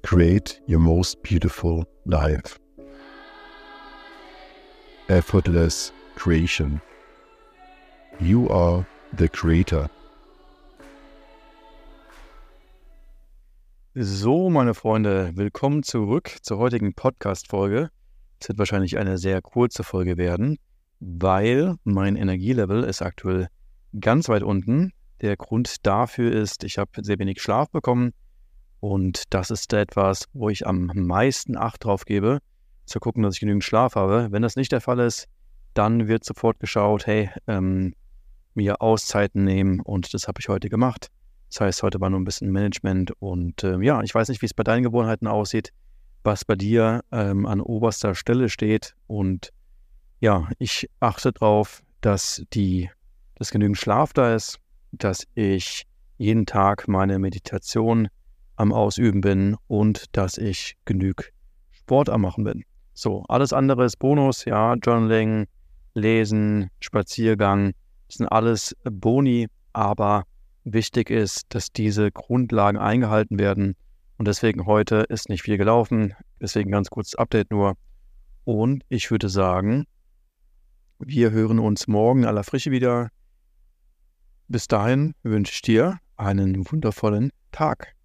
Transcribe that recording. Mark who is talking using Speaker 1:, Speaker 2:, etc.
Speaker 1: create your most beautiful life. Effortless creation. You are the creator.
Speaker 2: So, meine Freunde, willkommen zurück zur heutigen Podcast-Folge. Es wird wahrscheinlich eine sehr kurze Folge werden, weil mein Energielevel ist aktuell ganz weit unten. Der Grund dafür ist, ich habe sehr wenig Schlaf bekommen und das ist etwas, wo ich am meisten Acht drauf gebe, zu gucken, dass ich genügend Schlaf habe. Wenn das nicht der Fall ist, dann wird sofort geschaut, hey, mir Auszeiten nehmen und das habe ich heute gemacht. Das heißt, heute war nur ein bisschen Management und ich weiß nicht, wie es bei deinen Gewohnheiten aussieht, was bei dir an oberster Stelle steht und ja, ich achte darauf, dass genügend Schlaf da ist, dass ich jeden Tag meine Meditation am Ausüben bin und dass ich genug Sport am Machen bin. So, alles andere ist Bonus, ja, Journaling, Lesen, Spaziergang, das sind alles Boni, aber wichtig ist, dass diese Grundlagen eingehalten werden und deswegen heute ist nicht viel gelaufen, deswegen ganz kurzes Update nur und ich würde sagen, wir hören uns morgen in aller Frische wieder. Bis dahin wünsche ich dir einen wundervollen Tag.